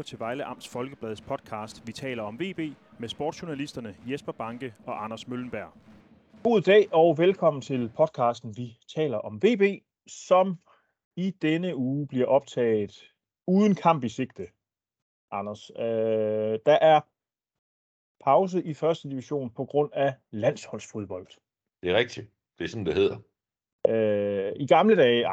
lytter til Vejle Amts Folkebladets podcast Vi taler om VB med sportsjournalisterne Jesper Banke og Anders Møllenberg. God dag og velkommen til podcasten Vi taler om VB, som i denne uge bliver optaget uden kamp i sigte. Anders, der er pause i første division på grund af landsholdsfodbold. Det er rigtigt. Det er sådan, det hedder. I gamle dage,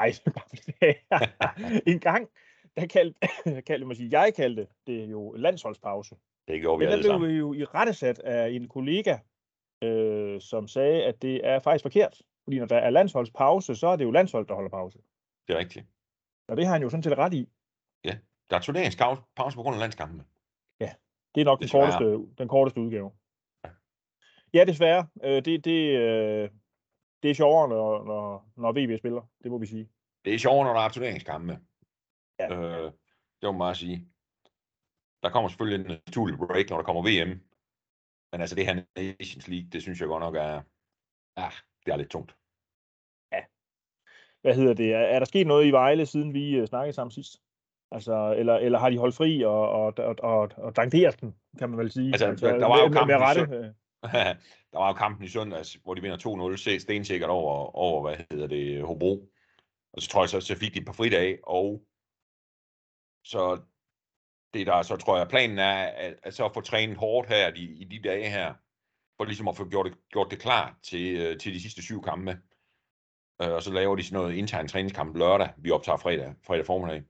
en gang, jeg kaldte det jo landsholdspause. Det gjorde vi Men alle der sammen. blev vi jo irettesat af en kollega, som sagde, at det er faktisk forkert. Fordi når der er landsholdspause, så er det jo landshold, der holder pause. Det er rigtigt. Og det har han jo sådan set ret i. Ja, der er turneringspause på grund af landskampene. Ja, det er nok den korteste udgave. Ja, desværre. Det er sjovere, når VB spiller. Det må vi sige. Det er sjovere, når der er turneringskampe. Ja. Det må man bare sige. Der kommer selvfølgelig en naturlig break, når der kommer VM. Men altså det her Nations League, det synes jeg godt nok er... Ja, det er lidt tungt. Ja. Hvad hedder det? Er der sket noget i Vejle, siden vi snakkede sammen sidst? Altså, eller har de holdt fri og dankeret den, kan man vel sige? Altså der var jo kampen med rette. Der var jo kampen i søndags, hvor de vinder 2-0 stensikkert over Hobro. Og så tror jeg så fik de et par fridage, og så det der så tror jeg planen er at så få trænet hårdt her i de dage her, for ligesom at få gjort det klar til de sidste 7 kampe. Og så laver de sådan noget intern træningskamp lørdag. Vi optager fredag formiddag.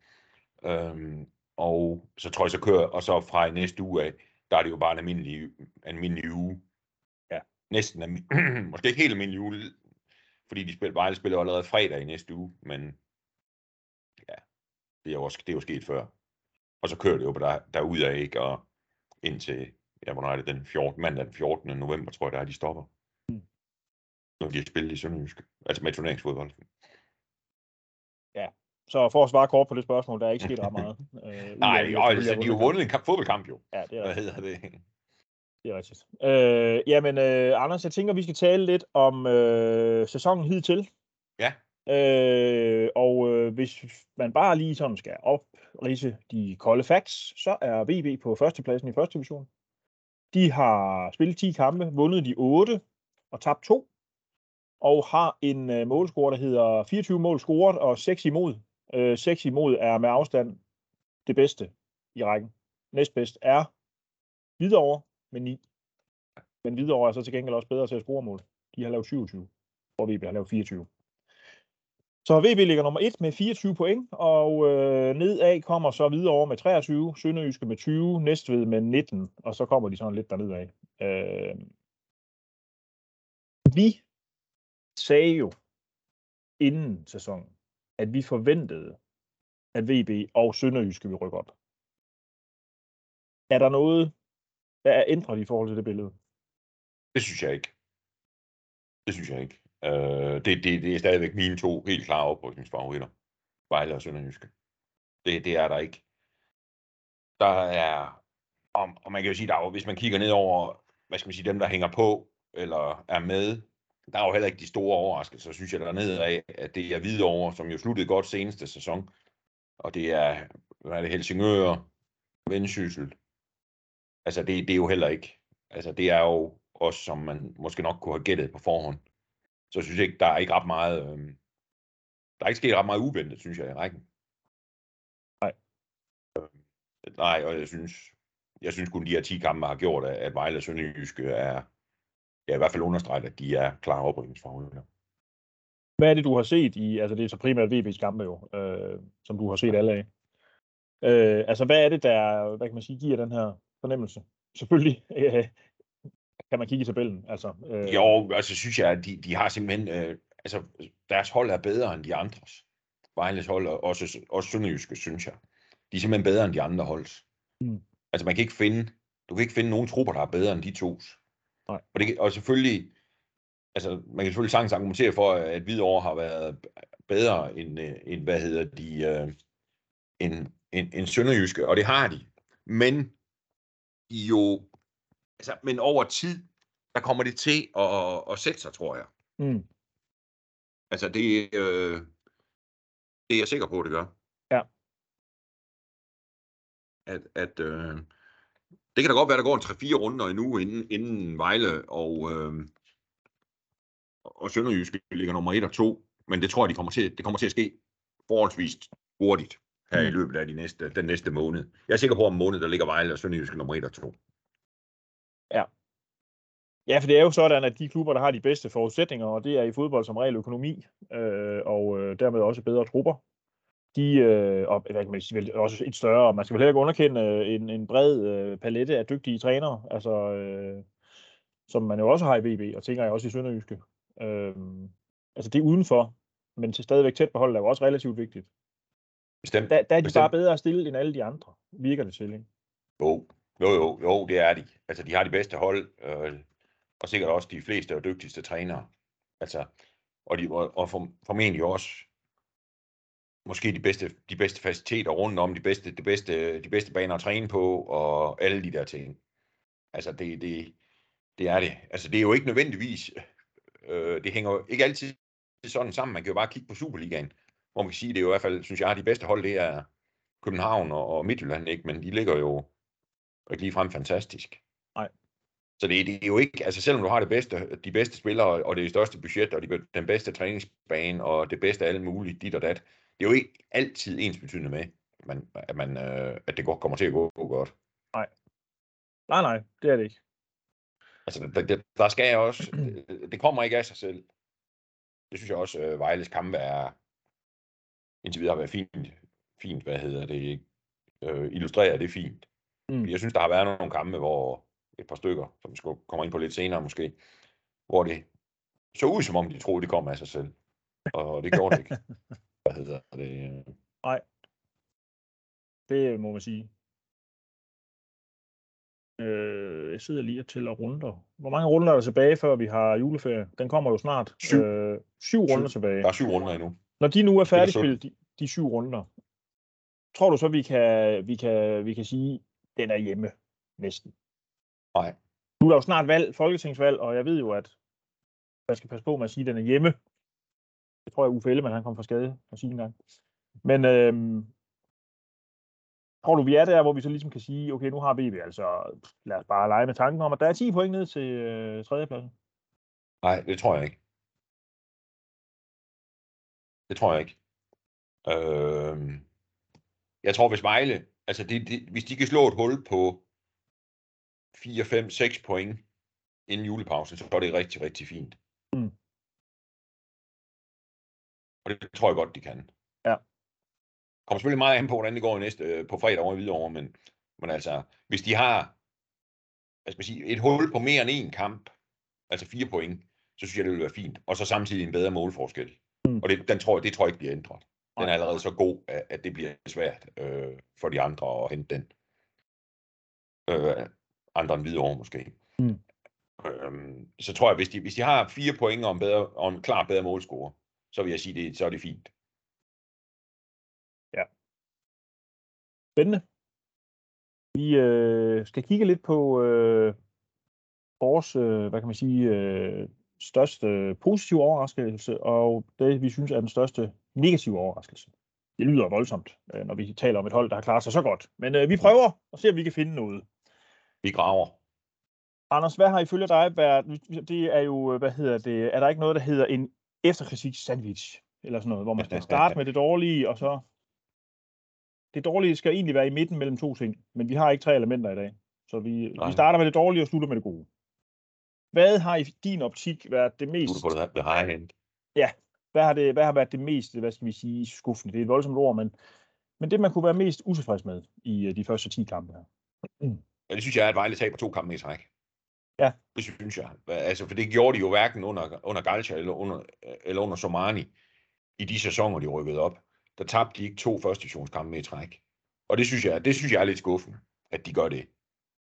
Og så tror jeg så kører, og så fra næste uge af, der er det jo bare en almindelig uge. Ja. Næsten måske ikke helt almindelig uge, fordi Vejle spiller allerede fredag i næste uge, men ja, det er jo sket før. Og så kører det jo derudad, ikke? Og indtil, ja, hvornår er det, mandag den 14. november, tror jeg, der er, de stopper. Når de har spillet i Sønderjyske. Altså med turneringsfodbold. Ja, så for at svare kort på det spørgsmål, der er ikke sket ret meget. Nej, de har jo vundet en fodboldkamp jo. Ja, det er rigtigt. Hvad hedder det? Det er rigtigt. Anders, jeg tænker, vi skal tale lidt om sæsonen hidtil. Ja. Hvis man bare lige sådan skal opridse de kolde facts, så er VB på førstepladsen i første division. De har spillet 10 kampe, vundet de 8 og tabt 2. Og har en målscore, der hedder 24 mål scoret og 6 imod. 6 imod er med afstand det bedste i rækken. Næstbedst er Hvidovre med 9. Men Hvidovre er så til gengæld også bedre til at score mål. De har lavet 27, hvor VB har lavet 24. Så VB ligger nummer 1 med 24 point, og nedad kommer så Hvidovre med 23, Sønderjyske med 20, Næstved med 19, og så kommer de sådan lidt dernede af. Vi sagde jo inden sæsonen, at vi forventede, at VB og Sønderjyske vil rykke op. Er der noget, der er ændret i forhold til det billede? Det synes jeg ikke. Det er stadigvæk mine 2 helt klare oprykningsfavoritter. Vejle og Sønderjyske. Det er der ikke. Der er, og man kan jo sige, der er jo, hvis man kigger ned over, hvad skal man sige, dem der hænger på, eller er med, der er jo heller ikke de store overraskelser, synes jeg, der er nedad, at det er Hvidovre, som jo sluttede godt seneste sæson. Og det er, Helsingør, Vendsyssel. Altså det er jo heller ikke, altså det er jo også, som man måske nok kunne have gættet på forhånd. Så jeg synes ikke, der er ikke ret meget, der er ikke sket ret meget uventet, synes jeg, i rækken. Nej, og jeg synes kun de her 10 kampe har gjort, at Vejle og Sønderjyske er, ja, i hvert fald understreget, at de er klare oprykningsfavoritter. Hvad er det, du har set i, altså det er så primært VB's kampe jo, som du har set alle af. Altså hvad er det, der, hvad kan man sige, giver den her fornemmelse? Selvfølgelig kan man kigge i tabellen. Altså, Jo, altså synes jeg, at de har simpelthen, altså deres hold er bedre end de andres. Vejles hold, og også Sønderjyske, synes jeg. De er simpelthen bedre end de andre holds. Altså du kan ikke finde nogen trupper, der er bedre end de tos. Nej. Og selvfølgelig, altså man kan selvfølgelig sagtens argumentere for, at Hvidovre har været bedre end Sønderjyske, og det har de. Men men over tid, der kommer det til at sætte sig, tror jeg. Altså det er jeg sikker på, at det gør. Ja. det kan da godt være, der går en 3-4 runder endnu, inden Vejle og Sønderjyske ligger nummer 1 og 2, men det tror jeg, det kommer til at ske forholdsvis hurtigt her i løbet af den næste måned. Jeg er sikker på, om måned, der ligger Vejle og Sønderjyske nummer 1 og 2. Ja. Ja, for det er jo sådan, at de klubber, der har de bedste forudsætninger, og det er i fodbold som regel økonomi, og dermed også bedre trupper, og hvad kan man sige, også et større, man skal vel heller ikke underkende en bred palette af dygtige trænere, altså, som man jo også har i VB, og tænker jeg også i Sønderjyske. Altså det er udenfor, men til stadigvæk tæt på holdet er jo også relativt vigtigt. Bestemt. Der er de bare bedre at stille end alle de andre, virker det til, ikke? Jo, det er de. Altså, de har de bedste hold, og sikkert også de fleste og dygtigste trænere. Altså, og formentlig også måske de bedste faciliteter rundt om, de bedste baner at træne på, og alle de der ting. Altså, det er det. Altså, det er jo ikke nødvendigvis, det hænger jo ikke altid sådan sammen. Man kan jo bare kigge på Superligaen, hvor man kan sige, det er jo i hvert fald, synes jeg, de bedste hold, det er København og Midtjylland, ikke? Men de ligger jo ikke ligefrem fantastisk. Nej. Så det er jo ikke, altså selvom du har de bedste spillere, og det største budget, og den bedste træningsbane, og det bedste af alle mulige, dit og dat, det er jo ikke altid ensbetydende med, at det godt kommer til at gå godt. Nej, det er det ikke. Altså, der skal jeg også, det kommer ikke af sig selv. Det synes jeg også, Vejles kampe er, indtil videre har været fint, illustrerer det fint. Jeg synes, der har været nogle kampe, hvor et par stykker, som vi kommer ind på lidt senere måske, hvor det så ud, som om de troede, det kom af sig selv. Og det gjorde det ikke. Nej. Det må man sige. Jeg sidder lige og tæller runder. Hvor mange runder er der tilbage, før vi har juleferie? Den kommer jo snart. 7 runder tilbage. Der er 7 runder endnu. Når de nu er færdigspillet, de 7 runder, tror du så, vi kan sige, den er hjemme næsten? Nej. Nu er der jo snart folketingsvalg, og jeg ved jo, at man skal passe på med at sige, at den er hjemme. Jeg tror, at Uffe Ellemann, han kom fra skade at sige en gang. Men tror du, vi er der, hvor vi så ligesom kan sige, okay, nu har vi altså, lad os bare lege med tanken om, at der er 10 point ned til tredjepladsen? Nej, det tror jeg ikke. Jeg tror, hvis Vejle, altså hvis de kan slå et hul på 4, 5, 6 point inden julepausen, så er det rigtig, rigtig fint. Og det tror jeg godt, de kan. Ja. Kommer selvfølgelig meget an på, hvordan det går på fredag over i Hvidovre, men altså, hvis de har et hul på mere end en kamp, altså 4 point, så synes jeg, det vil være fint. Og så samtidig en bedre målforskel. Og det tror jeg ikke bliver ændret. Den er allerede så god, at det bliver svært for de andre at hente den. Andre end Hvidovre måske. Så tror jeg, hvis de har 4 point og en klar bedre målscore, så vil jeg sige, så er det fint. Ja. Spændende. Vi skal kigge lidt på vores, hvad kan man sige, største positive overraskelse, og det, vi synes er den største negative overraskelse. Det lyder voldsomt, når vi taler om et hold, der har klaret sig så godt. Men vi prøver at se, om vi kan finde noget. Vi graver. Anders, hvad har ifølge dig været, det er jo, er der ikke noget, der hedder en efterkritik sandwich, eller sådan noget, hvor man skal starte med det dårlige, og så det dårlige skal egentlig være i midten mellem 2 ting, men vi har ikke 3 elementer i dag, så vi starter med det dårlige og slutter med det gode. Hvad har i din optik været det mest... Ja, hvad har været det mest, hvad skal vi sige, skuffende? Det er et voldsomt ord, men det man kunne være mest utilfreds med i de første 10 kampe her. Ja, det synes jeg er, at Vejle taber 2 kampe i træk. Ja. Det synes jeg. Altså, for det gjorde de jo hverken under Galcha eller under Somani i de sæsoner, de rykkede op. Der tabte de ikke 2 førstedivisionskampe i træk. Og det synes jeg er lidt skuffende, at de gør det.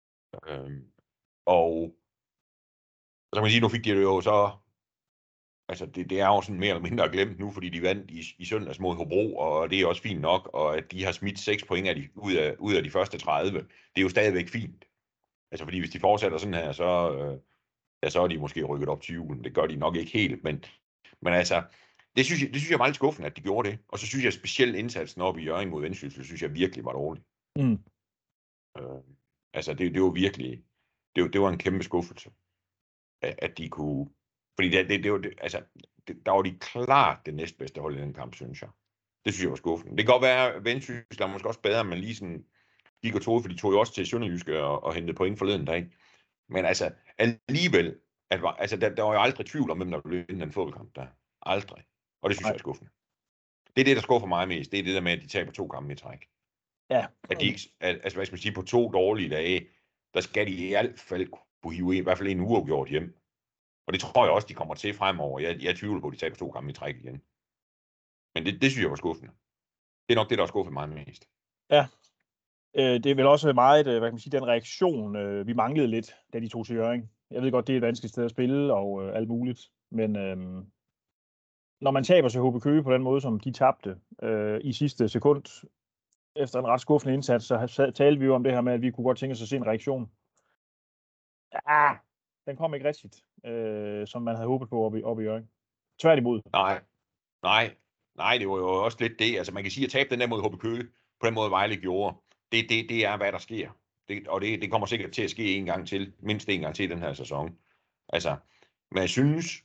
Og så kan man sige, nu fik de det jo så, altså det er jo sådan mere eller mindre glemt nu, fordi de vandt i søndags mod Hobro, og det er også fint nok, og at de har smidt 6 point ud af de første 30, det er jo stadigvæk fint. Altså fordi hvis de fortsætter sådan her, så er de måske rykket op til julen. Det gør de nok ikke helt, men altså, det synes jeg var lidt skuffende, at de gjorde det. Og så synes jeg specielt indsatsen op i Hjørring mod Vendsyssel, synes jeg virkelig var dårlig. Altså, det var virkelig, det var en kæmpe skuffelse, at de kunne, fordi der var de klart det næstbedste hold i den kamp, synes jeg. Det synes jeg var skuffende. Det kan godt være, at Vendsyssel er måske også bedre, men lige sådan gik og troede, for de tog jo også til Sønderjyske og hentede point forleden dag. Men altså, alligevel, der var jo aldrig tvivl om, hvem der ville vinde den fodboldkamp der. Aldrig. Og det synes jeg er skuffende. Det er det, der skuffer mig mest. Det er det der med, at de taber 2 kampe i træk. Ja. At de ikke, hvad skal man sige, på 2 dårlige dage, der skal de i hvert fald kunne hive i hvert fald en uafgjort hjem. Og det tror jeg også, de kommer til fremover. Jeg tvivler på, at de taber 2 kampe i træk igen. Men det synes jeg var skuffende. Det er nok det, der har skuffet mig mest. Ja. Det er vel også meget, hvad kan man sige, den reaktion, vi manglede lidt, da de tog til Hjørring. Jeg ved godt, det er et vanskeligt sted at spille og alt muligt. Men når man taber til HB Køge på den måde, som de tabte i sidste sekund, efter en ret skuffende indsats, så talte vi jo om det her med, at vi kunne godt tænke os at se en reaktion. Ja, den kom ikke rigtigt, som man havde håbet på oppe i Hjørring. Tværtimod. Nej, det var jo også lidt det. Altså man kan sige, at tabe den der mod HB Køge, på den måde Vejle gjorde, det er, hvad der sker. Det kommer sikkert til at ske en gang til, mindst en gang til i den her sæson. Altså, men jeg synes,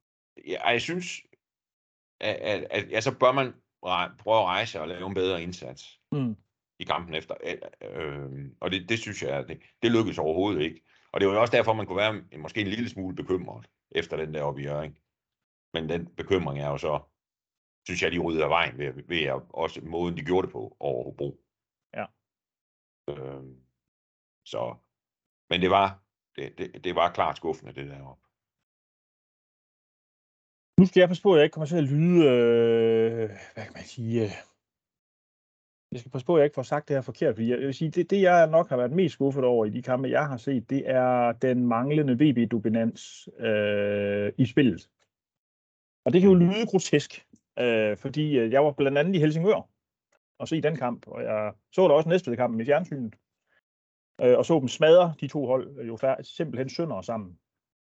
at så bør man prøve at rejse og lave en bedre indsats i kampen efter. Og det synes jeg, det lykkedes overhovedet ikke. Og det var jo også derfor, man kunne være måske en lille smule bekymret efter den der oppe i Hjørring. Men den bekymring er jo så, synes jeg, de ryddede af vejen ved at også måden, de gjorde det på over Hobro. Ja. Så, men det var klart skuffende, det deroppe. Nu skal jeg passe på, at jeg ikke kommer til at lyde, hvad kan man sige, jeg skal passe på, at jeg ikke får sagt det her forkert, fordi jeg vil sige, det jeg nok har været mest skuffet over i de kampe, jeg har set, det er den manglende VB-dominans i spillet. Og det kan jo lyde grotesk, fordi jeg var blandt andet i Helsingør og se den kamp, og jeg så da også næste kamp i fjernsynet, og så dem smadre de 2 hold jo simpelthen sønder sammen.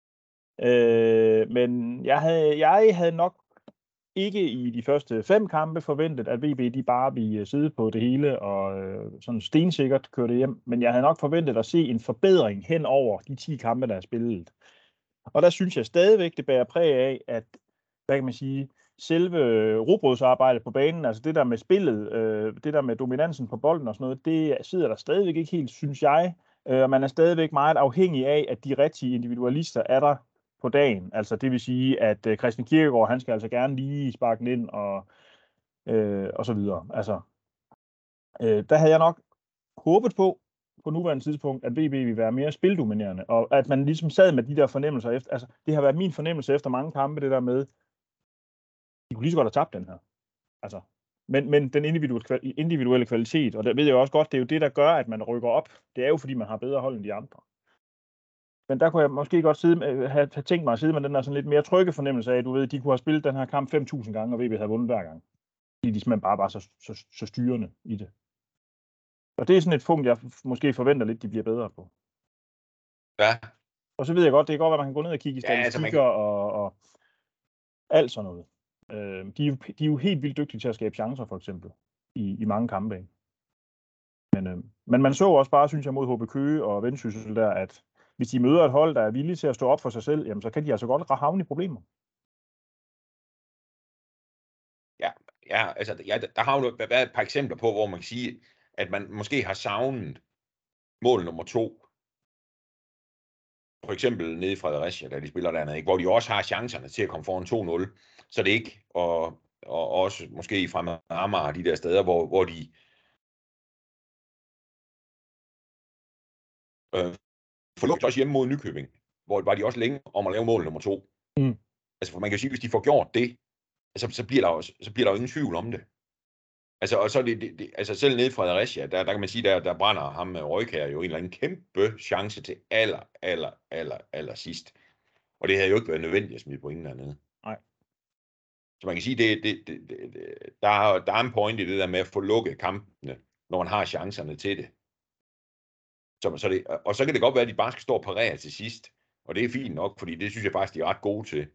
Men jeg havde nok ikke i de første 5 kampe forventet, at VB de bare ville sidde på det hele og sådan stensikkert køre det hjem. Men jeg havde nok forventet at se en forbedring hen over de 10 kampe, der er spillet. Og der synes jeg stadigvæk, det bærer præg af, at, hvad kan man sige, selve rugbrødsarbejdet på banen, altså det der med spillet, det der med dominansen på bolden og sådan noget, det sidder der stadigvæk ikke helt, synes jeg. Og man er stadigvæk meget afhængig af, at de rigtige individualister er der på dagen. Altså det vil sige, at Christian Kierkegaard, han skal altså gerne lige sparke den ind og så videre. Altså, der havde jeg nok håbet på nuværende tidspunkt, at VB ville være mere spildominerende, og at man ligesom sad med de der fornemmelser efter. Altså, det har været min fornemmelse efter mange kampe, det der med, de kunne lige så godt have tabt den her. Altså, men den individuelle kvalitet, og det ved jeg også godt, det er jo det, der gør, at man rykker op. Det er jo, fordi man har bedre hold end de andre. Men der kunne jeg måske godt have tænkt mig at sidde med den der sådan lidt mere trygge fornemmelse af, at du ved, de kunne have spillet den her kamp 5.000 gange, og VB havde vundet hver gang. Fordi de simpelthen bare var så styrende i det. Og det er sådan et punkt, jeg måske forventer lidt, de bliver bedre på. Ja. Og så ved jeg godt, det kan godt være, man kan gå ned og kigge i statistikker og alt sådan noget. De er jo helt vildt dygtige til at skabe chancer, for eksempel, i mange kampe. Ikke? Men man så også bare, synes jeg, mod HB Køge og Vendsyssel der, at hvis de møder et hold, der er villige til at stå op for sig selv, jamen, så kan de altså godt havne i problemer. Ja, altså, der har jo været et par eksempler på, hvor man kan sige, at man måske har savnet mål nummer 2. For eksempel nede i Fredericia, da de spiller dernede, ikke? Hvor de også har chancerne til at komme foran 2-0. Så det ikke, og også måske fra Amager, de der steder, hvor de forlugte også hjemme mod Nykøbing, hvor var de også længe om at lave mål nummer 2. Altså, for man kan sige, hvis de får gjort det, altså, så bliver der jo ingen tvivl om det. Altså, og så er det altså selv nede i Fredericia, der kan man sige, der brænder ham med Røykær jo en eller anden kæmpe chance til aller sidst. Og det havde jo ikke været nødvendigt at smide pointen dernede. Nej. Så man kan sige, der er en point i det der med at få lukket kampene, når man har chancerne til det. Og så kan det godt være, at de bare skal stå og parere til sidst. Og det er fint nok, fordi det synes jeg faktisk, de er ret gode til.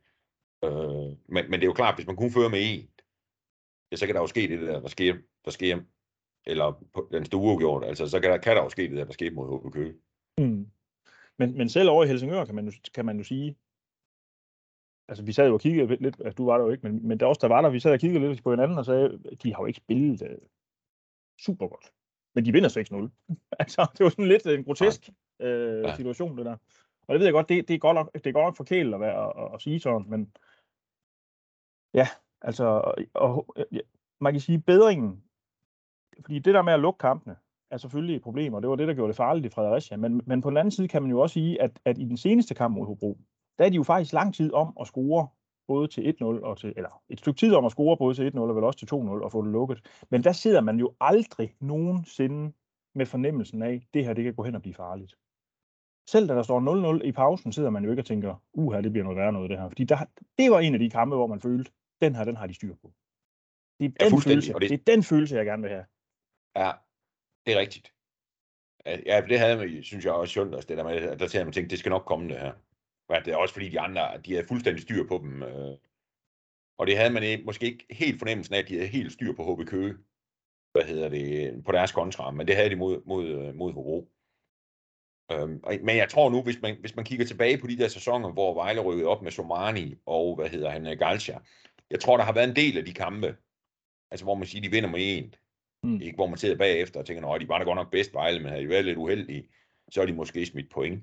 Men det er jo klart, hvis man kun fører med 1, ja, så kan der jo ske det der sker eller på den store uafgjort. Altså, så kan der jo ske det, der skete mod HB Køge. Men selv over i Helsingør kan man jo sige, altså vi sad jo og kiggede lidt, altså du var der jo ikke, men der også der var der, vi sad og kiggede lidt på hinanden og sagde, de har jo ikke spillet super godt, men de vinder 6-0. Altså det var sådan lidt en grotesk situation, det der. Og det ved jeg godt, det er godt nok forkælet at være at sige sådan, men ja, altså man kan sige bedringen, fordi det der med at lukke kampene er selvfølgelig et problem, og det var det, der gjorde det farligt i Fredericia, men på den anden side kan man jo også sige, at i den seneste kamp mod Hobro, der er de jo faktisk lang tid om at score både til 1-0 og til, eller et stykke tid om at score både til 1-0 og vel også til 2-0 og få det lukket. Men der sidder man jo aldrig nogensinde med fornemmelsen af, at det her det kan gå hen og blive farligt. Selv da der står 0-0 i pausen, sidder man jo ikke og tænker, her det bliver noget værre noget det her. Fordi det var en af de kampe, hvor man følte, den har de styr på. Det er den følelse, jeg gerne vil have. Ja, det er rigtigt. Ja, det havde man, synes jeg også sjovt, det der med, der man tænkte, det skal nok komme det her. Men det er også fordi de andre, de havde fuldstændig styr på dem. Og det havde man måske ikke helt fornemmelsen af, at de havde helt styr på HB Køge. På deres kontra, men det havde de mod Hobro. Men jeg tror nu, hvis man kigger tilbage på de der sæsoner, hvor Vejle rykkede op med Somani og, Galcia. Jeg tror, der har været en del af de kampe, altså hvor man siger, de vinder med 1. Ikke hvor man sidder bagefter og tænker, de var da godt nok bedst Vejle, men havde de været lidt uheldige, så er de måske smidt point.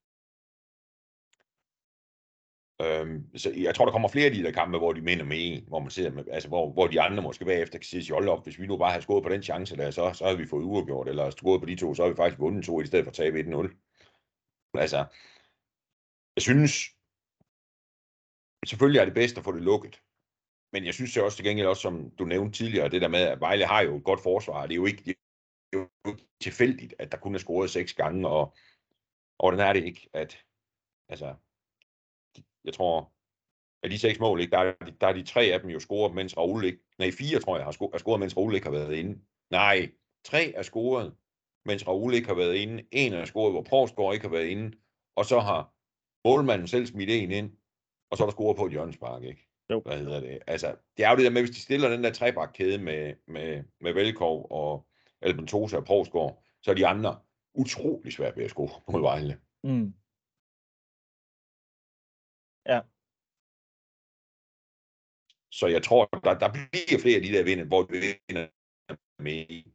Så jeg tror, der kommer flere af de der kampe, hvor de vinder med 1, hvor man sidder med, altså hvor de andre måske bagefter kan sige, hold op, hvis vi nu bare havde scoret på den chance der, så havde vi fået uafgjort, eller scoret på de 2, så har vi faktisk vundet 2 i stedet for at tabe 1-0. Altså, jeg synes, selvfølgelig er det bedst at få det lukket. Men jeg synes også til gengæld også, som du nævnte tidligere, det der med, at Vejle har jo et godt forsvar. Det er jo ikke tilfældigt, at der kun er scoret 6 gange, og den er det ikke, at altså, jeg tror, at de 6 mål, ikke, der er de 3 af dem jo scoret, mens Raul ikke, 4 tror jeg har scoret, mens Raul ikke har været inde. Nej, 3 er scoret, mens Raul ikke har været inde. 1 er scoret, hvor Provsgaard ikke har været inde, og så har målmanden selv smidt 1 ind, og så er der scoret på et hjørnespark, ikke? Jo. Altså, det er jo det der med, hvis de stiller den der trebakkæde med Velkov og Albentosa og Provsgaard, så er de andre utrolig svært ved at score mod Vejle. Ja. Så jeg tror, der bliver flere af de der vinder, hvor vi vinder med.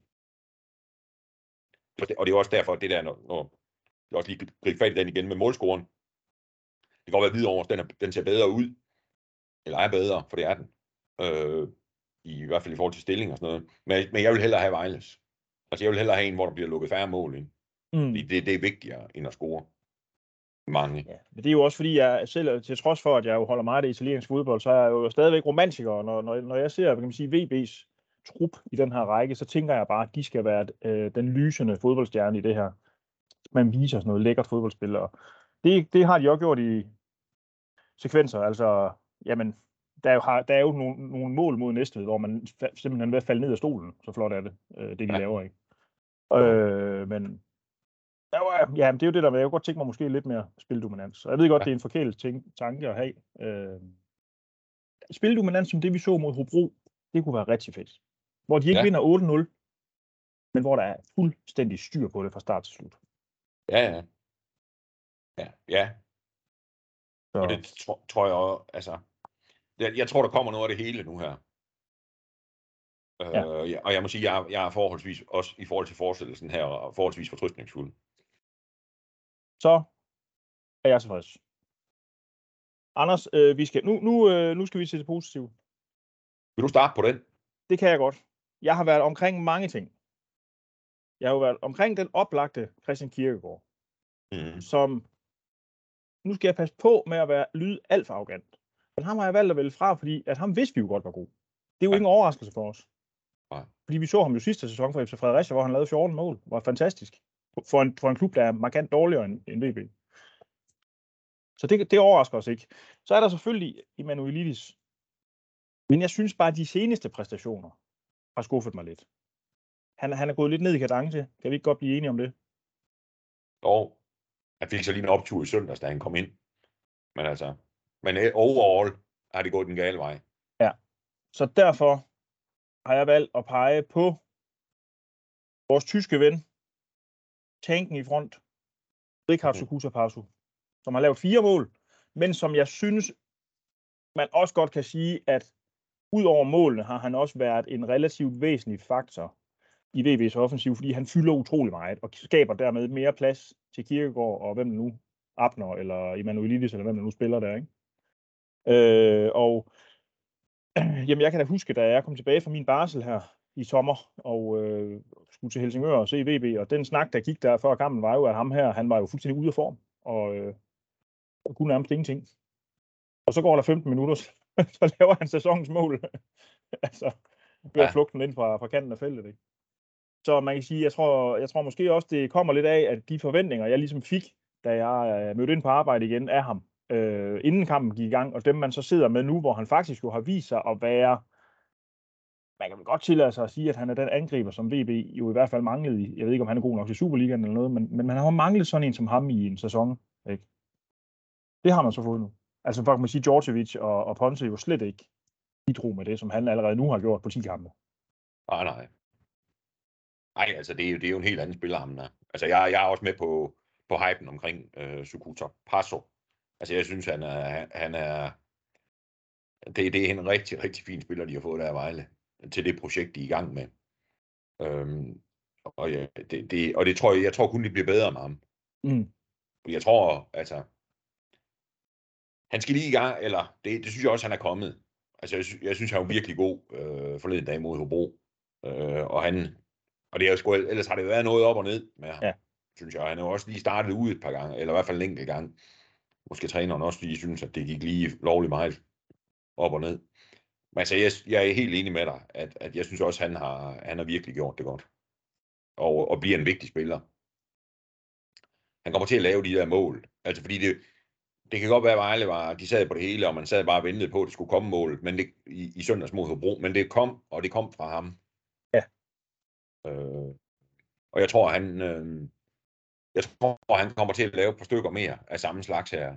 Og det er også derfor, det der, når jeg også lige griber fat i den igen med målscoren. Det kan godt være videre over, den ser bedre ud. Eller er bedre, for det er den. I hvert fald i forhold til stilling og sådan noget. Men jeg vil hellere have Vejles. Altså jeg vil hellere have en, hvor der bliver lukket færre mål ind. Det er vigtigere end at score mange. Ja, men det er jo også fordi, jeg selv, til trods for, at jeg jo holder meget af det italienske fodbold, så er jeg jo stadigvæk romantiker. Når jeg ser, kan man sige, VB's trup i den her række, så tænker jeg bare, at de skal være den lysende fodboldstjerne i det her. Man viser sådan noget lækkert fodboldspil, og det har de også gjort i sekvenser. Altså, jamen, der er jo nogle mål mod Næstved, hvor man simpelthen vil falde ned af stolen. Så flot er det, det de laver, ikke? Men ja, det er jo det der med, jeg kunne godt tænke mig måske lidt mere spildominans. Og jeg ved godt, det er en forkælet tanke at have. Spildominans som det, vi så mod Hobro, det kunne være rigtig fedt. Hvor de ikke vinder 8-0, men hvor der er fuldstændig styr på det fra start til slut. Ja. Så. Og det tror jeg også, altså, jeg tror, der kommer noget af det hele nu her. Og jeg må sige, jeg er forholdsvis, også i forhold til forestillelsen her, og forholdsvis fortrøstningsfuld. Så er jeg tilfreds. Anders, vi skal nu skal vi se det positive. Vil du starte på den? Det kan jeg godt. Jeg har været omkring mange ting. Jeg har jo været omkring den oplagte Christian Kierkegaard, som, nu skal jeg passe på med at lyde alt for arrogant. Men ham har jeg valgt at vælge fra, fordi at ham vidste vi jo godt var god. Det er jo ingen overraskelse for os. Fordi vi så ham jo sidste sæson for FC Fredericia, hvor han lavede 14 mål. Det var fantastisk. For en klub, der er markant dårligere end VB. Så det overrasker os ikke. Så er der selvfølgelig Emanuelidis. Men jeg synes bare, at de seneste præstationer har skuffet mig lidt. Han er gået lidt ned i kadence. Kan vi ikke godt blive enige om det? Jo. Han fik så lige en optur i søndags, da han kom ind. Men overall har det gået den gale vej. Ja. Så derfor har jeg valgt at pege på Vores tyske ven, tanken i front, Richard Sukuta-Pasu, som har lavet 4 mål, men som jeg synes, man også godt kan sige, at ud over målene har han også været en relativt væsentlig faktor i VB's offensiv, fordi han fylder utrolig meget og skaber dermed mere plads til Kirkegaard og hvem nu, Abner eller Emanuelidis, eller hvem der nu spiller der, ikke? Jamen, jeg kan da huske, da jeg kom tilbage fra min barsel her i sommer, og skulle til Helsingør og se VB, og den snak, der gik der før kampen, var jo, at ham her, han var jo fuldstændig ude af form, og kunne nærmest ingenting. Og så går der 15 minutter, så laver han sæsonens mål. Altså, ved at flugte den ind fra kanten af feltet, ikke? Så man kan sige, jeg tror måske også, det kommer lidt af, at de forventninger, jeg ligesom fik, da jeg mødte ind på arbejde igen af ham, inden kampen gik i gang, og dem man så sidder med nu, hvor han faktisk jo har vist sig at være, man kan vel godt tillade sig at sige, at han er den angriber, som VB jo i hvert fald manglede i. Jeg ved ikke, om han er god nok til Superligaen eller noget, men man har manglet sådan en som ham i en sæson, ikke? Det har man så fået nu. Altså for kan man sige, Djordjevic og Ponce jo slet ikke bidrog med det, som han allerede nu har gjort på 10 kampe. Nej. Nej, altså det er jo en helt anden spiller, ham der. Altså jeg er også med på hypen omkring Sukuta-Pasu. Altså jeg synes, han er det er en rigtig, rigtig fin spiller, de har fået der af Vejle, til det projekt, de er i gang med. Og ja, det tror jeg tror kun, det bliver bedre med ham. Jeg tror, altså, han skal lige i gang, eller det synes jeg også, han er kommet. Altså jeg synes, han er virkelig god forleden dag mod Hobro. Og det er jo sgu, ellers har det været noget op og ned med ham, synes jeg. Han har jo også lige startet ud et par gange, eller i hvert fald en enkelt gang. Måske træneren også lige synes, at det gik lige lovligt meget op og ned. Men altså, jeg er helt enig med dig, at jeg synes også, han har virkelig gjort det godt. Og bliver en vigtig spiller. Han kommer til at lave de der mål. Altså, fordi det kan godt være, at Vejle de sad på det hele, og man sad bare og ventede på, at det skulle komme mål, men det, i søndags mod Hobro, men det kom, og det kom fra ham. Ja. Og jeg tror, han kommer til at lave et par stykker mere af samme slags her.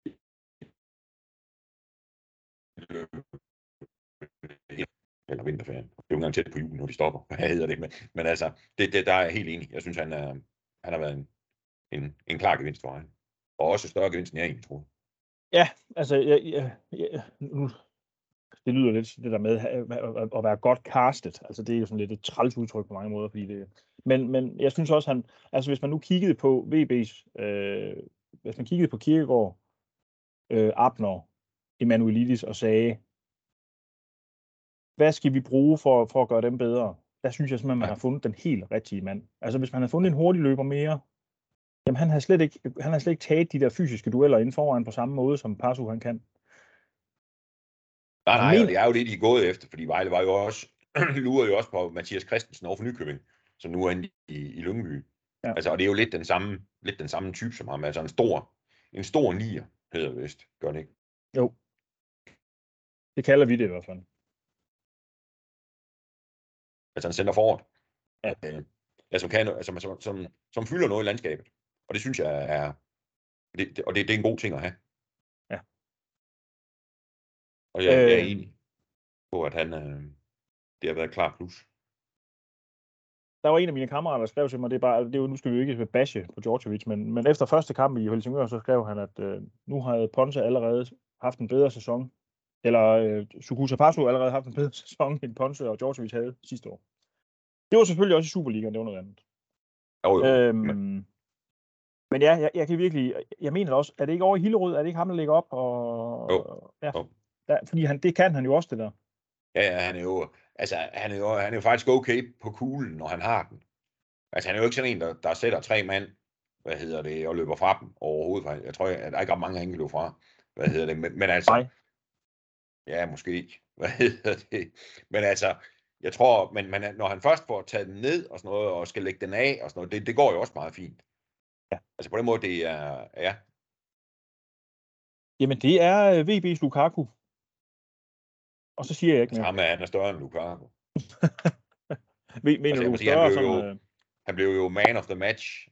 Eller vinterferien. Det er jo engang tæt på julen, når de stopper. Hvad hedder det? Men altså, der er jeg helt enig. Jeg synes, han har været en klar gevinst for ham. Og også større gevinst, end jeg egentlig troede. Ja, altså, nu, det lyder lidt det der med at være godt castet. Altså, det er jo sådan lidt et træls udtryk på mange måder, fordi men jeg synes også, altså hvis man nu kiggede på VB's, hvis man kiggede på Kirkegaard, Abner, Emanuelidis og sagde, hvad skal vi bruge for at gøre dem bedre? Der synes jeg simpelthen, man har fundet den helt rigtige mand. Altså, hvis man havde fundet en hurtig løber mere, jamen han har slet ikke taget de der fysiske dueller inden foran på samme måde, som Pasu han kan. Nej, og det er jo det, de er gået efter, fordi Vejle var jo også, lurede jo også på Mathias Christensen over for Nykøbing, som nu er inde i Lyngby. Ja. Altså, og det er jo lidt den samme type som ham, altså en stor nier, hedder det vist, gør det ikke? Jo. Det kalder vi det i hvert fald. Altså en center forward. Ja. Som fylder noget i landskabet. Og det synes jeg er, det er en god ting at have. Ja. Og jeg er enig på, at det har været klar plus. Der var en af mine kammerater, der skrev til mig, det er jo, nu skal vi jo ikke bashe på Djordjevic, men efter første kamp i Helsingør, så skrev han, at nu havde Ponce allerede haft en bedre sæson, eller Sukuta-Pasu allerede haft en bedre sæson, end Ponce og Djordjevic havde sidste år. Det var selvfølgelig også i Superligaen, det var noget andet. Men ja, jeg kan virkelig, jeg mener også, er det ikke over i Hillerød, er det ikke ham, der ligger op? Fordi det kan han jo også, det der. Ja, han er jo faktisk okay på kuglen, når han har den. Altså han er jo ikke sådan en, der sætter 3 mand, og løber fra dem overhovedet. Jeg tror, at der ikke er mange, han kan løbe fra. Men altså... Nej. Ja, måske ikke. Men altså, jeg tror, men når han først får taget den ned og sådan noget, og skal lægge den af og sådan noget, det går jo også meget fint. Ja. Altså på den måde, det er, ja. Jamen det er VB's Lukaku. Og så siger jeg ikke mere. Altså, han er større end Lukaku. Mener du større? Han blev jo man of the match,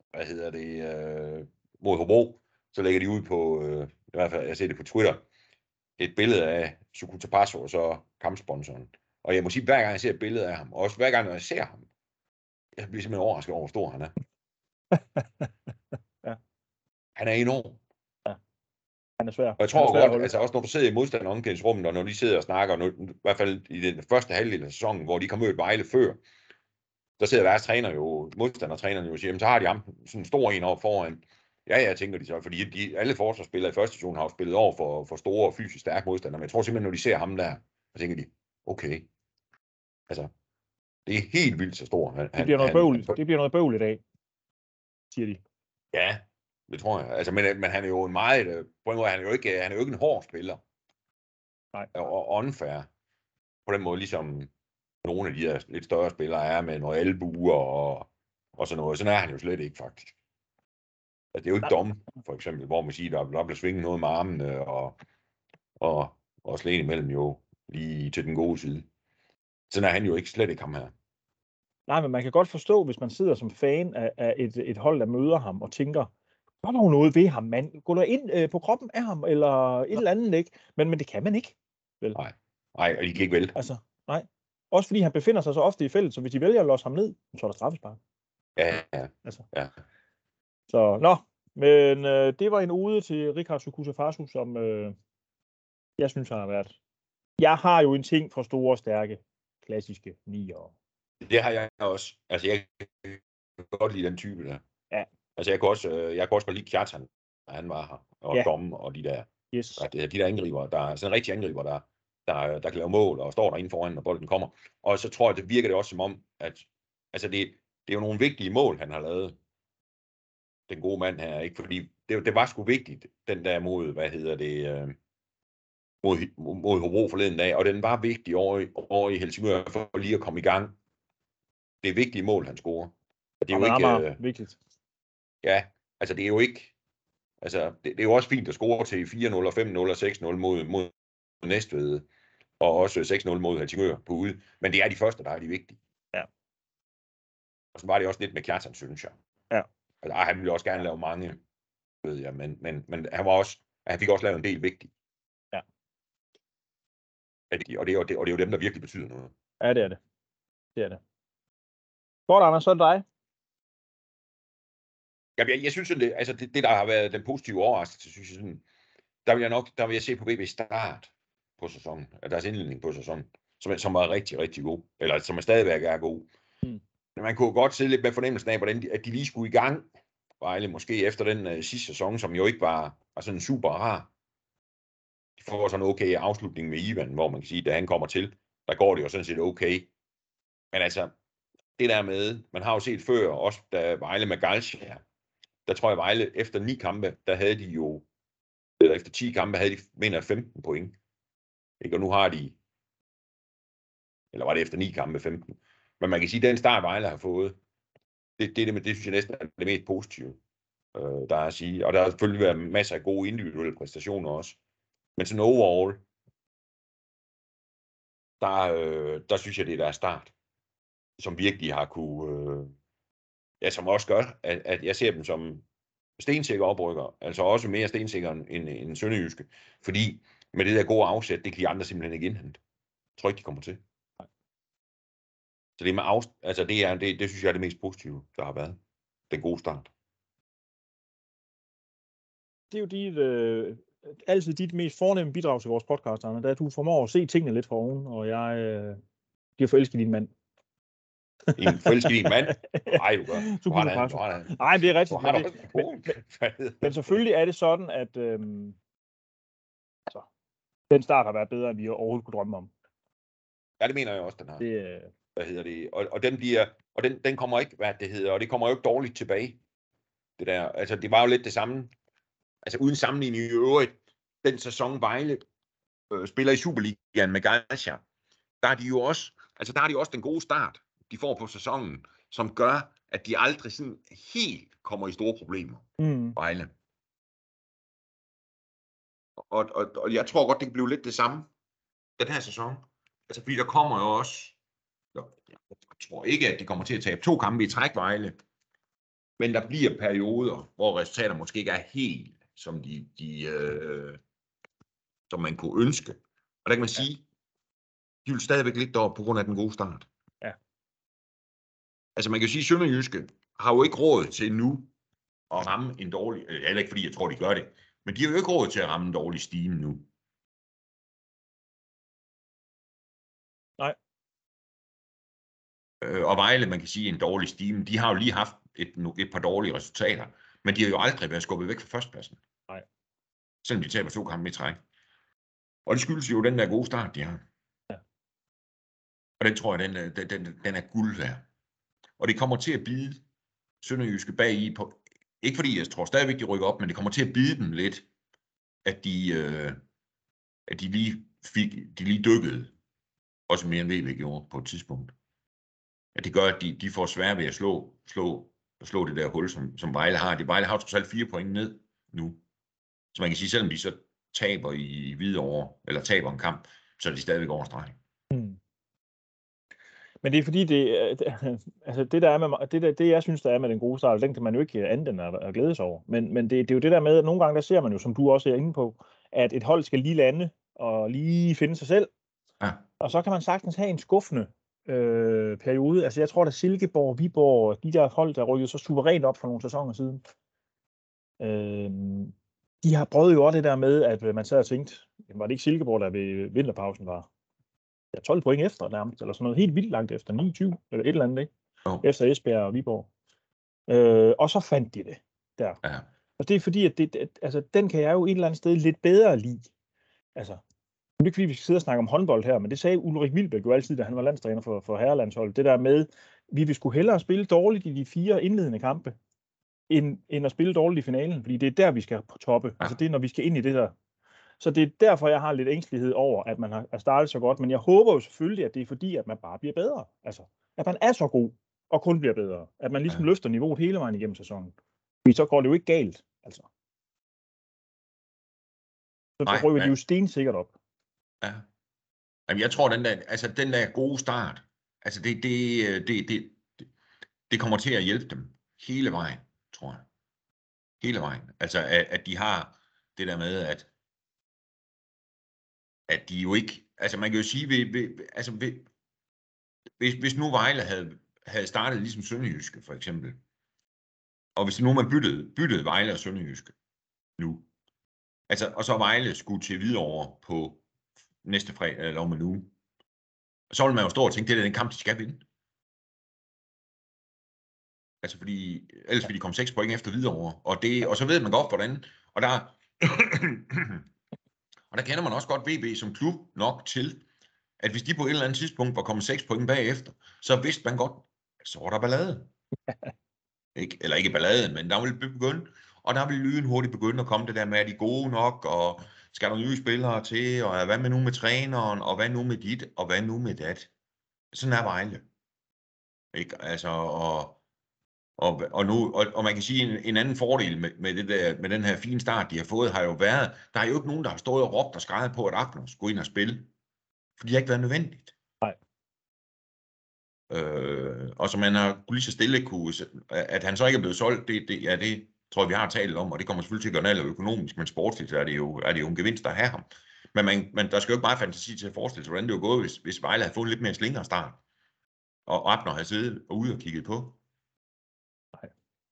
mod Hobro. Så lægger de ud på, i hvert fald, jeg ser det på Twitter, et billede af Sukuta-Pasu og så kampsponsoren. Og jeg må sige, hver gang jeg ser et billede af ham, og også hver gang jeg ser ham, Jeg bliver simpelthen overrasket over, hvor stor han er. Ja. Han er enorm. Ja. Han er svær. Og jeg tror godt, altså også når du sidder i modstanderomklædningsrummet, og når de sidder og snakker, i hvert fald i den første halvdel af sæsonen, hvor de kommer mødt Vejle før, der sidder deres træner jo, modstandertrænerne jo, og siger, så har de ham sådan en stor en op foran. Ja, jeg tænker de så, fordi alle forsvarsspillere i første division har jo spillet over for store og fysisk stærke modstandere, men jeg tror simpelthen, når de ser ham der, så tænker de, okay, altså, det er helt vildt så stor. Det bliver noget bøvl i dag, siger de. Ja, det tror jeg. Altså, men han er jo en meget, på en måde, han er jo ikke en hård spiller. Nej. Og unfair. På den måde, ligesom nogle af de her lidt større spillere er med noget albuer og sådan noget. Sådan er han jo slet ikke, faktisk. Altså, det er jo ikke Dom, for eksempel, hvor man siger, der bliver svinget noget med armene og slet imellem jo lige til den gode side. Sådan er han jo slet ikke ham her. Nej, men man kan godt forstå, hvis man sidder som fan af et hold, der møder ham og tænker, gør der noget ved ham, mand? Gå der ind på kroppen af ham, eller et eller andet, ikke? Men det kan man ikke, vel? Nej, og de kan ikke vælte. Altså, nej. Også fordi han befinder sig så ofte i feltet, så hvis de vælger at låse ham ned, så er der straffespark. Ja. Altså. Ja. Så, men det var en ode til Richard Sukusa-Fasu, som jeg synes har været. Jeg har jo en ting for store, stærke, klassiske nier. Det har jeg også. Altså, jeg kan godt lide den type der. Ja. Altså, jeg kan også godt lide Kjartan, når han var her, og Dom og de der. Yes. De der angriber, der er sådan en rigtig angriber, der kan lave mål og står derinde foran, når bolden kommer. Og så tror jeg, det virker det også som om, at altså det er jo nogle vigtige mål, han har lavet. Den gode mand her, ikke? Fordi det var sgu vigtigt, den der mod, mod Hobro forleden dag, og den var vigtig over i Helsingør for lige at komme i gang. Det er vigtige mål, han scorer. Det er jo ikke vigtigt. Ja, altså det er jo ikke, altså det er jo også fint at score til 4-0 og 5-0 og 6-0 mod Næstved, og også 6-0 mod Helsingør på ude, men det er de første, der er de vigtige. Ja. Og så var det også lidt med Kjartan, synes jeg. Ja. Altså, han ville også gerne lave mange, ved jeg, men han fik også lavet en del vigtigt. Ja. Og det er jo dem, der virkelig betyder noget. Ja, det er det. Det er det. Godt, Anders, så er det dig. Jeg synes, altså det, der har været den positive overraskelse, synes jeg sådan, der vil jeg se på VB start på sæsonen, deres indledning på sæsonen, som var rigtig, rigtig god, eller som stadigvæk er god. Men man kunne godt sidde lidt med fornemmelsen af, at de lige skulle i gang, Vejle måske efter den sidste sæson, som jo ikke var sådan super rar. De får sådan en okay afslutning med Ivan, hvor man kan sige, da han kommer til, der går det jo sådan set okay. Men altså, det der med, man har jo set før, også da Vejle med Galcia, der tror jeg Vejle efter 9 kampe, der havde de jo, eller efter 10 kampe havde de, mener 15 point. Ikke? Og nu har de, eller var det efter 9 kampe 15. Men man kan sige, at den start Vejle har fået, det synes jeg næsten er det mest positive, der er at sige. Og der har selvfølgelig været masser af gode individuelle præstationer også. Men sådan overall, der synes jeg, det er deres start, som virkelig har kunne, som også gør, at jeg ser dem som stensikre oprykker, altså også mere stensikre end Sønderjyske, fordi med det der gode afsæt, det kan de andre simpelthen ikke indhente. Jeg tror ikke, de kommer til. Så det med altså det synes jeg er det mest positive, der har været. Den gode start. Det er jo altid dit mest fornemme bidrag til vores podcast, Anna, da du formår at se tingene lidt fra oven, og jeg bliver forelsket i din mand. En forelsket i din mand? Nej, du gør. Nej, det er rigtigt. Men selvfølgelig er det sådan, at den start har været bedre, end vi overhovedet kunne drømme om. Ja, det mener jeg også, den har. Hvad hedder det? Og den bliver, og den kommer ikke, hvad det hedder, og det kommer jo ikke dårligt tilbage. Det der, altså det var jo lidt det samme, altså uden sammenligning i øvrigt, den sæson Vejle spiller i Superligaen med Galcia, der er de jo også den gode start, de får på sæsonen, som gør, at de aldrig sådan helt kommer i store problemer. Vejle. Og jeg tror godt, det kan blive lidt det samme den her sæson. Altså fordi der kommer jo også, jeg tror ikke, at de kommer til at tabe 2 kampe i træk Vejle, men der bliver perioder, hvor resultater måske ikke er helt, som som man kunne ønske. Og der kan man sige, de vil stadigvæk lidt deroppe på grund af den gode start. Ja. Altså man kan sige, at Sønderjyske har jo ikke råd til nu at ramme en dårlig, heller ikke fordi jeg tror, de gør det, men de har jo ikke råd til at ramme en dårlig stime nu. Nej. Og Vejle, man kan sige, en dårlig stime, de har jo lige haft et par dårlige resultater, men de har jo aldrig været skubbet væk fra førstepladsen. Nej. Selvom de taber 2 kampe i træk. Og det skyldes jo den der gode start, de har. Ja. Og den tror jeg, den er guld værd. Og det kommer til at bide Sønderjyske bag i på, ikke fordi jeg tror stadigvæk, de rykker op, men det kommer til at bide dem lidt, at de lige dykkede, også mere end VB gjorde på et tidspunkt. At det gør, at de får svært ved at slå det der hul, som Vejle har. Vejle har trods alt 4 point ned nu. Så man kan sige, selvom de så taber i Hvidovre, eller taber en kamp, så er de stadigvæk over stregen. Men det er fordi, altså det, der er med, det jeg synes, der er med den gode start, den kan man jo ikke andet end at glæde sig over. Men det er jo det der med, at nogle gange, der ser man jo, som du også er inde på, at et hold skal lige lande og lige finde sig selv. Ja. Og så kan man sagtens have en skuffende periode. Altså jeg tror, at Silkeborg, Viborg, de der hold, der rykkede så suverænt op for nogle sæsoner siden, de har prøvet jo også det der med, at man sad og tænkte, var det ikke Silkeborg, der ved vinterpausen var 12 point efter nærmest, eller sådan noget helt vildt langt efter, 29 eller et eller andet, ikke? Efter Esbjerg og Viborg. Og så fandt de det der. Ja. Og det er fordi, at altså, den kan jeg jo et eller andet sted lidt bedre lide. Altså, det er ikke fordi, vi skal sidde og snakke om håndbold her, men det sagde Ulrik Wilbæk jo altid, da han var landstræner for herrelandsholdet. Det der med, vi vil skulle hellere spille dårligt i de 4 indledende kampe, end at spille dårligt i finalen, fordi det er der, vi skal på toppe. Ja. Altså det er, når vi skal ind i det der. Så det er derfor, jeg har lidt ængstelighed over, at man har startet så godt. Men jeg håber jo selvfølgelig, at det er fordi, at man bare bliver bedre. Altså, at man er så god, og kun bliver bedre. At man ligesom løfter niveauet hele vejen igennem sæsonen. Fordi så går det jo ikke galt, altså. Så rykker de jo stensikkert op. Ja. Jamen, jeg tror, den der gode start, altså det kommer til at hjælpe dem hele vejen, tror jeg. Hele vejen. Altså, at de har det der med, at de jo ikke, altså man kan jo sige, hvis nu Vejle havde startet ligesom Sønderjyske, for eksempel, og hvis nu man byttede Vejle og Sønderjyske nu, altså, og så Vejle skulle til Hvidovre på næste fredag, eller om en uge, så vil man jo stå og tænke, det er den kamp, de skal vinde. Altså fordi, ellers vil de komme 6 point efter Hvidovre, og så ved man godt, hvordan, og der kender man også godt VB som klub nok til, at hvis de på et eller andet tidspunkt var kommet 6 point bagefter, så vidste man godt, at så var der ballade. Eller ikke ballade, men der ville begynde, og der ville lynhurtigt begynde at komme det der med, at de er gode nok, og skal der nye spillere til, og hvad med nu med træneren, og hvad nu med dit, og hvad nu med dat. Sådan er Vejle. Ikke? Altså, og man kan sige, en anden fordel med den her fine start, de har fået, har jo været, der er jo ikke nogen, der har stået og råbt og skreget på, at Abner skulle ind og spille. For det har ikke været nødvendigt. Nej. Og så man har lige så stille kunne, at han så ikke er blevet solgt, det tror jeg, vi har talt om, og det kommer selvfølgelig til at gøre noget økonomisk, men sportsligt er det jo en gevinst at have ham. Men der skal jo ikke bare fantasi til at forestille sig, hvordan det var gået, hvis Vejle havde fået lidt mere slingere start, og Abner havde siddet ude og kigget på. Nej.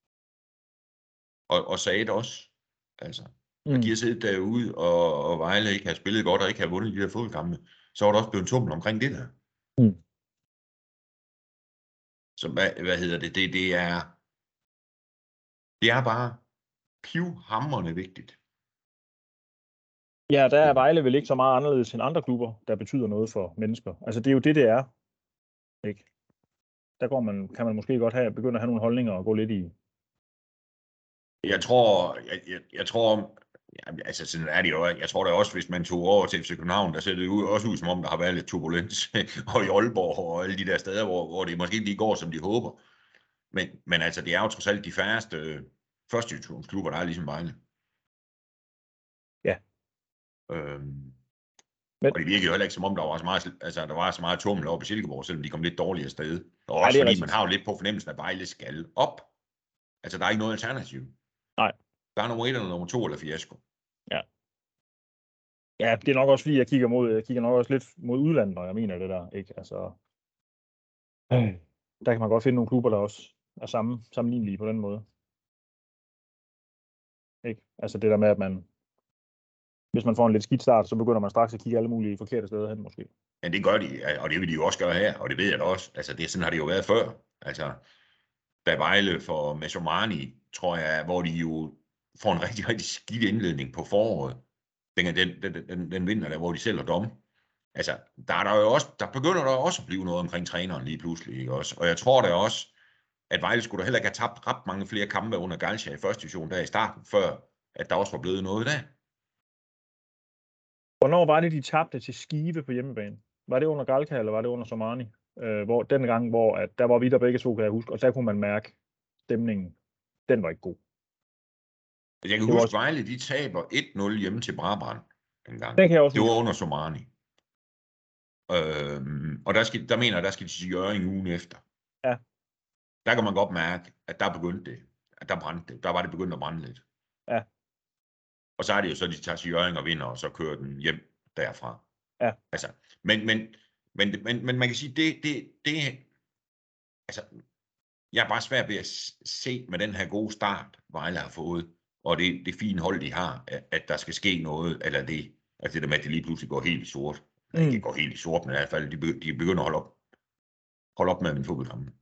Og sagde det også. Altså, at de har siddet derude, og Vejle ikke har spillet godt, og ikke har vundet de der fodboldkampe, så var der også blevet en tummel omkring det der. Så hvad hedder det? Det er bare pivhamrende vigtigt. Ja, der er Vejle vel ikke så meget anderledes end andre klubber, der betyder noget for mennesker. Altså det er jo det er. Ikke? Der kan man måske godt begynde at have nogle holdninger og gå lidt i. Jeg tror, altså sådan er det jo. Jeg tror da også, hvis man tog over til FC København, der ser det jo også ud, som om der har været lidt turbulens, og i Aalborg og alle de der steder, hvor det måske ikke går, som de håber. Men altså, det er jo trods alt de færreste første divisionsklubber, der er ligesom Vejle. Ja. Og det virker jo heller ikke, som om der var så meget tummel oppe i Silkeborg, selvom de kom lidt dårligere afsted. Og også fordi rigtigt. Man har jo lidt på fornemmelsen, at Vejle skal op. Altså, der er ikke noget alternativ. Nej. Der er nummer 1 eller nummer 2 eller fiasko. Ja. Ja, det er nok også fordi, jeg kigger nok også lidt mod udlandet, når jeg mener det der, ikke? Altså. der kan man godt finde nogle klubber, der også er sammenlignelige på den måde. Ikke? Altså det der med, at hvis man får en lidt skidt start, så begynder man straks at kigge alle mulige forkerte steder hen måske. Ja, det gør de, og det vil de jo også gøre her, og det ved jeg da også. Altså, sådan har det jo været før. Altså, da Vejle for Mesomani, tror jeg, hvor de jo får en rigtig, rigtig skidt indledning på foråret. Den vinder der, hvor de sælger dom. Altså, der begynder der også at blive noget omkring træneren lige pludselig, ikke også? Og jeg tror da også, at Vejle skulle da heller ikke have tabt ret mange flere kampe under Galcia i første division der i starten, før at der også var blevet noget der. Hvornår var det, de tabte til Skive på hjemmebane? Var det under Galca, eller var det under Somani? Hvor at der var vi der begge to, kan jeg huske, og der kunne man mærke stemningen. Den var ikke god. Jeg kan huske, Vejle, de taber 1-0 hjemme til Brabrand en gang. Det var under Somani. Og der mener jeg, der skal de til Hjørring ugen efter. Ja. Der kan man godt mærke, at der begyndte det. At der brændte det. Der var det begyndt at brænde lidt. Ja. Og så er det jo så, de tager til Hjørring og vinder, og så kører den hjem derfra. Ja. Altså, men man kan sige, det altså, jeg er bare svært ved at se med den her gode start, Vejle har fået, og det fine hold, de har, at der skal ske noget, eller det, altså det der med, at det lige pludselig går helt i sort. Ikke går helt i sort, men i hvert fald, de begynder at holde op med en fodboldkamp.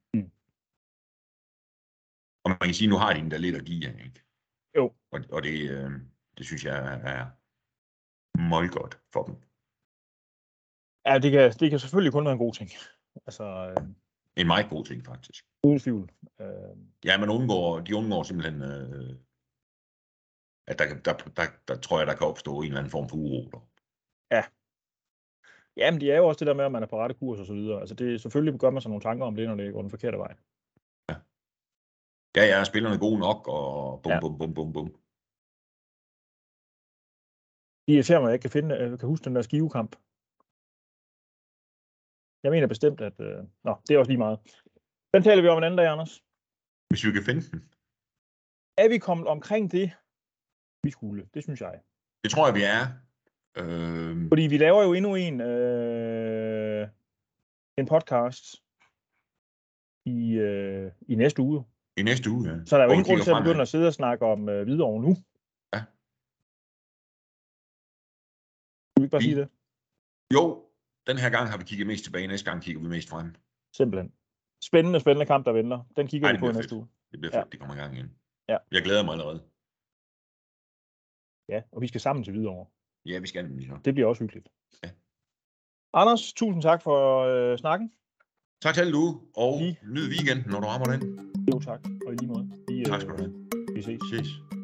Og man kan sige, nu har de den der lidt at give, ikke? Jo. Og det synes jeg er meget godt for dem. Ja, det kan selvfølgelig kun være en god ting. Altså, en meget god ting, faktisk. Uden tvivl. Ja, de undgår simpelthen, at der tror jeg, der kan opstå en eller anden form for uro. Ja. Jamen, det er jo også det der med, at man er på rette kurs og så videre. Altså, selvfølgelig gør man sig nogle tanker om det, når det går den forkerte vej. Ja, er spillerne gode nok, og bum. Det irriterer mig, at jeg ikke kan huske den der Skive-kamp. Jeg mener bestemt, at... det er også lige meget. Den taler vi om en anden dag, Anders. Hvis vi kan finde den. Er vi kommet omkring det, vi skulle? Det synes jeg. Det tror jeg, vi er. Fordi vi laver jo endnu en podcast i næste uge. I næste uge, ja. Så der er jo ingen grund til at begynde at sidde og snakke om Hvidovre nu. Ja. Skal vi ikke bare sige det? Jo, den her gang har vi kigget mest tilbage, næste gang kigger vi mest frem. Simpelthen. Spændende kamp, der venter. Den kigger vi på næste uge. Det bliver fedt, det kommer i gang igen. Ja. Jeg glæder mig allerede. Ja, og vi skal sammen til Hvidovre. Ja, vi skal nemlig så. Det bliver også hyggeligt. Ja. Anders, tusind tak for snakken. Tak til alle du, og nyd weekenden, når du rammer den. Jo tak, og i lige måde. Tak skal du have. Vi ses.